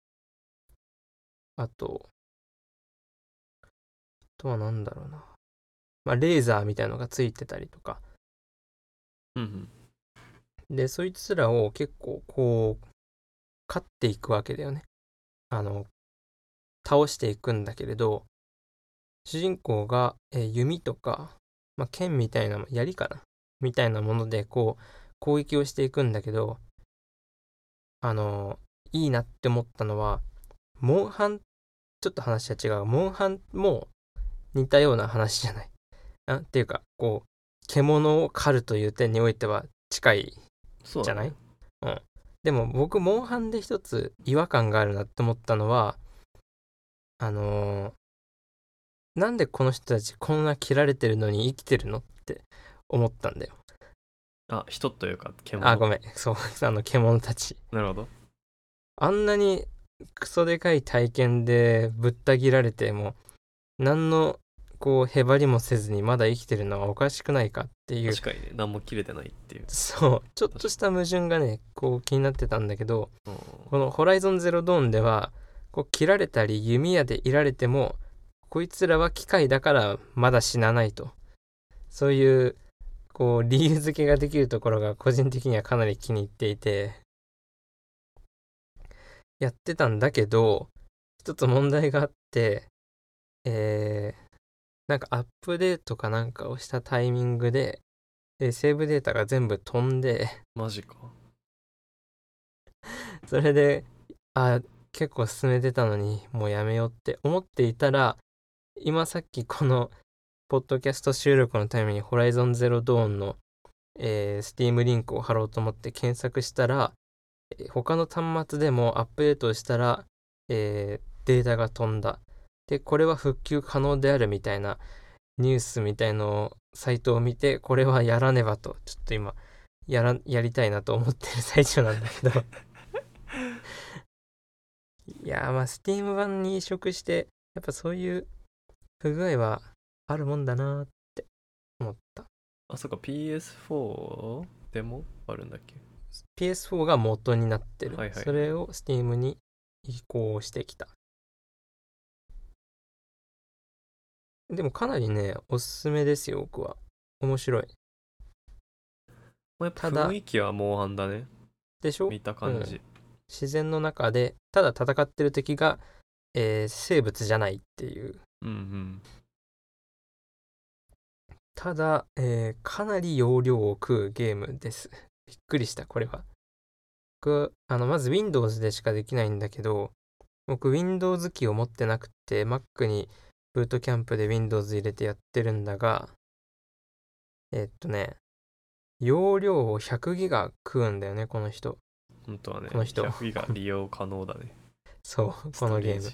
あとはなんだろうな。レーザーみたいなのがついてたりとか。 うんうん。 で、そいつらを結構勝っていくわけだよね。あの、倒していくんだけれど、主人公が、弓とか、剣みたいな、槍かなみたいなもので、攻撃をしていくんだけど、あの、いいなって思ったのは、モンハン、ちょっと話は違う。モンハンも似たような話じゃない。っていうか、獣を狩るという点においては近いじゃない？ そうだね。 うん。でも僕、モンハンで一つ違和感があるなって思ったのは、あのなんでこの人たちこんな切られてるのに生きてるのって思ったんだよ。 あ、人というかご獣。 めん。そう、獣たち。 なるほど。 あんなにクソでかい体験でぶった切られても、何のへばりもせずにまだ生きてるのはおかしくないかっていう、 確かにね、何も切れてないっていう。 そう、ちょっと確かした矛盾がね、気になってたんだけど、 に。 このホライゾンゼロドーンでは、切られたり弓矢でいられても、こいつらは機械だからまだ死なないと。そういう、理由付けができるところが個人的にはかなり気に入っていて、やってたんだけど、一つ問題があって、えなんかアップデートかなんかをしたタイミングで、セーブデータが全部飛んで、 マジか。 それで、あ、結構進めてたのに、もうやめようって思っていたら、今さっきこの、ポッドキャスト収録のために、ホライゾンゼロドーンの、Steam リンクを貼ろうと思って検索したら、他の端末でもアップデートをしたら、データが飛んだ。で、これは復旧可能であるみたいなニュースみたいのサイトを見て、これはやらねばと、ちょっと今、やりたいなと思ってる最中なんだけどいやー、Steam 版に移植して、やっぱそういう不具合はあるもんだなーって思った。 あ、そっか、PS4 でもあるんだっけ？ PS4 が元になってる。 はいはいはい。 それを Steam に移行してきた。でもかなりね、おすすめですよ、僕は。面白い。 まあ、やっぱただ、 雰囲気はモンハンだね。 でしょ？ 見たうん。 感じ。 自然の中で、ただ戦ってる敵が、生物じゃないっていう。 うんうん。 ただ、かなり容量を食うゲームです。びっくりした、これは。まず Windows でしかできないんだけど、僕 Windows 機を持ってなくて、Mac にブートキャンプで Windows 入れてやってるんだが、容量を100ギガ食うんだよね、この人。 本当はね、 この人。 100ギガ利用可能だね。 そう、このゲーム。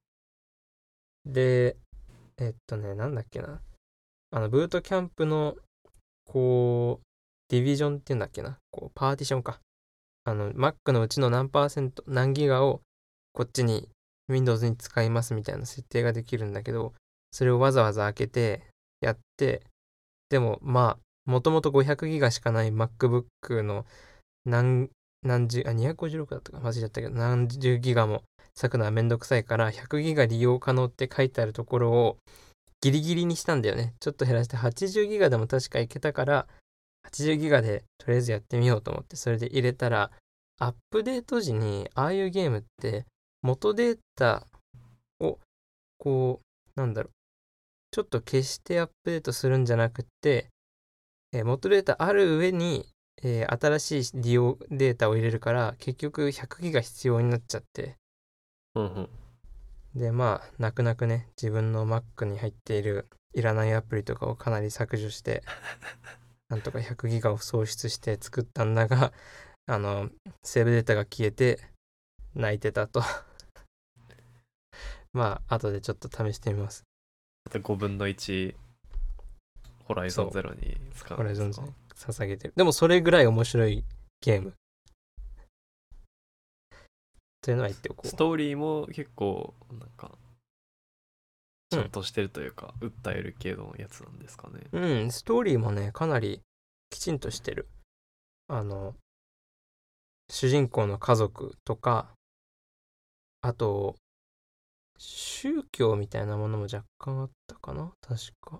で、なんだっけな。ブートキャンプの、こう、ディビジョンっていうんだっけな。こう、パーティションか。Mac のうちの何パーセント、何ギガをこっちに Windows に使いますみたいな設定ができるんだけど、それをわざわざ開けてやって、でもまあ、もともと500ギガしかない MacBook の何十、256だったか忘れちゃったけど、何十ギガも割くのはめんどくさいから、100ギガ利用可能って書いてあるところをギリギリにしたんだよね。ちょっと減らして80ギガでも確かいけたから、80ギガでとりあえずやってみようと思って、それで入れたら、アップデート時に、ああいうゲームって、元データを、こう、なんだろう、ちょっと消してアップデートするんじゃなくって、元データある上に、新しい利用データを入れるから、結局100ギガ必要になっちゃって、 うんうん。 で、まあ、泣く泣くね、自分の Mac に入っているいらないアプリとかをかなり削除して、なんとか100ギガを創出して作ったんだが、あの、セーブデータが消えて泣いてたと。まあ、後でちょっと試してみます。 あと5分の1ホライゾンゼロに使うんですか？ ホライゾンズ捧げてる。でもそれぐらい面白いゲーム。というのは言っておこストーリーも結構なんかう。 ちゃんとしてるというか、訴える系のやつなんですかね。 うん、ストーリーもね、かなりきちんとしてる。あの、主人公の家族とか、あと、宗教みたいなものも若干あったかな確か。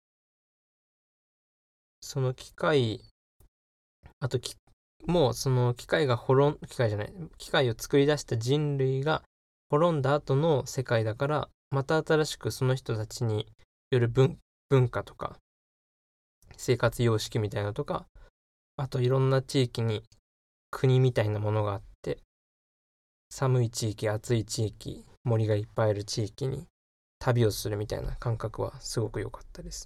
その機械、あともうその機械じゃない、機械を作り出した人類が滅んだ後の世界だから、また新しくその人たちによる文化とか、生活様式みたいなのとか、あといろんな地域に国みたいなものがあって、寒い地域、暑い地域、森がいっぱいある地域に旅をするみたいな感覚はすごく良かったです。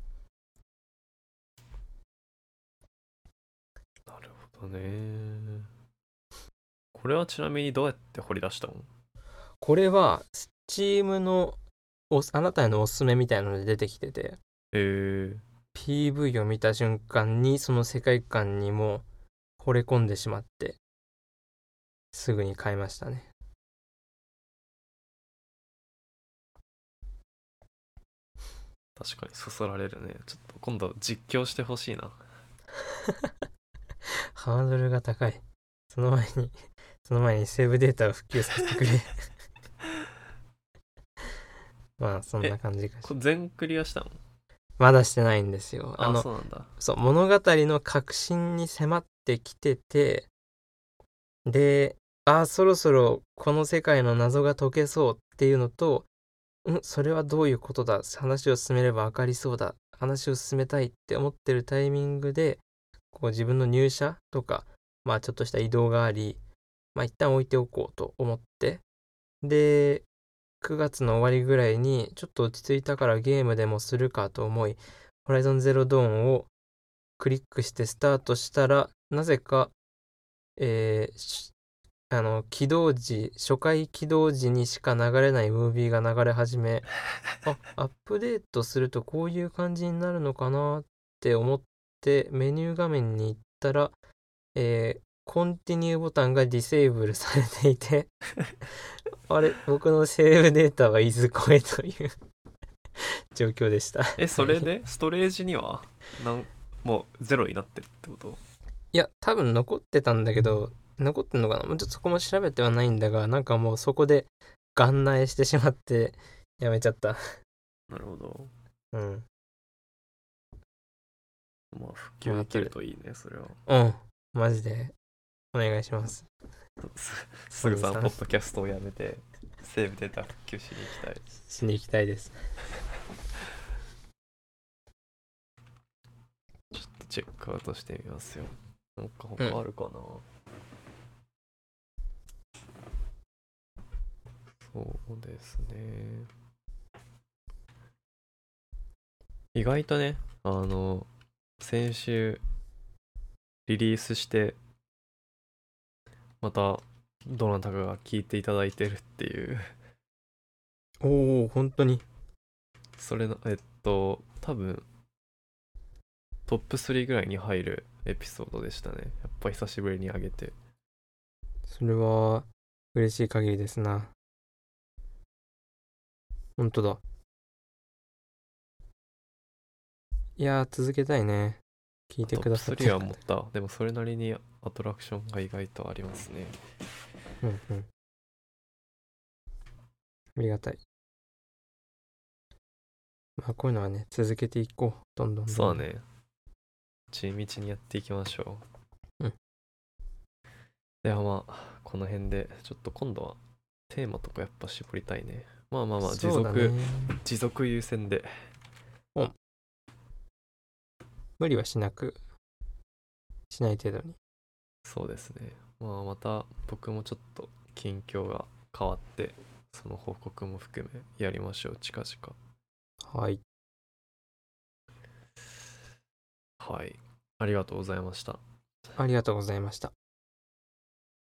なるほどね。これはちなみにどうやって掘り出したの？ これは Steam のあなたへのおすすめみたいなので出てきてて、 え PV を見た瞬間にその世界観にも惚れ込んでしまって、すぐに買いましたね。 確かにそそられるね。ちょっと今度実況してほしいな。 ハードルが高い。その前に、その前にセーブデータを復旧させてくれ。まあ、そんな感じかしら。 これ全クリアしたの？ まだしてないんですよ。 あ、そうなんだ。 そう、物語の核心に迫ってきてて、で、そろそろこの世界の謎が解けそうっていうのと、それはどういうことだ、話を進めれば分かりそうだ、話を進めたいって思ってるタイミングで、こう自分の入社とか、まあちょっとした移動があり、まあ一旦置いておこうと思って、で、9月の終わりぐらいに、ちょっと落ち着いたからゲームでもするかと思い、ホライゾンゼロドーンをクリックしてスタートしたら、なぜか、えーし起動時、初回起動時にしか流れないムービーが流れ始め、アップデートするとこういう感じになるのかなって思ってメニュー画面に行ったら、コンティニューボタンがディセーブルされていて、あれ、僕のセーブデータはいずこへという状況でした。 そはい。 れでストレージにはもうゼロになってるってこと？ いや、多分残ってたんだけど、残ってんのかなもうちょっとそこも調べてはないんだが、なんかもうそこで元なえしてしまってやめちゃった。 なるほど。 うん。 まあ復旧まあ、 できるといいね、それは。 うん。マジでお願いします。 すぐさん、 お兄さん、 ポッドキャストをやめて、セーブデータ復旧しに行きたい。 しに行きたいです。 ちょっとチェックアウトしてみますよ。なんかうん。 他あるかな？そうですね。 意外とね、先週リリースして、またどなたかが聞いていただいてるっていう、 おお、本当に。 それの、多分トップ3ぐらいに入るエピソードでしたね。やっぱ久しぶりに上げて。 それは嬉しい限りですな。本当だ。いやー、続けたいね。聞いてトップくださって 3 る方。 は持った。でもそれなりにアトラクションが意外とありますね。 うんうん。ありがたい。まあ、こういうのはね、続けていこう。どんどんどんどん。 そうだね。地道にやっていきましょうん。 う。ではまあ、この辺で、ちょっと今度はテーマとかやっぱ絞りたいね。まあまあまあ、 そうだね。 持続優先で。 うん。無理はししない程度に。 そうですね。まあまた僕もちょっと近況が変わって、その報告も含めやりましょう、近々。 はい。 はい。ありがとうございました。 ありがとうございました。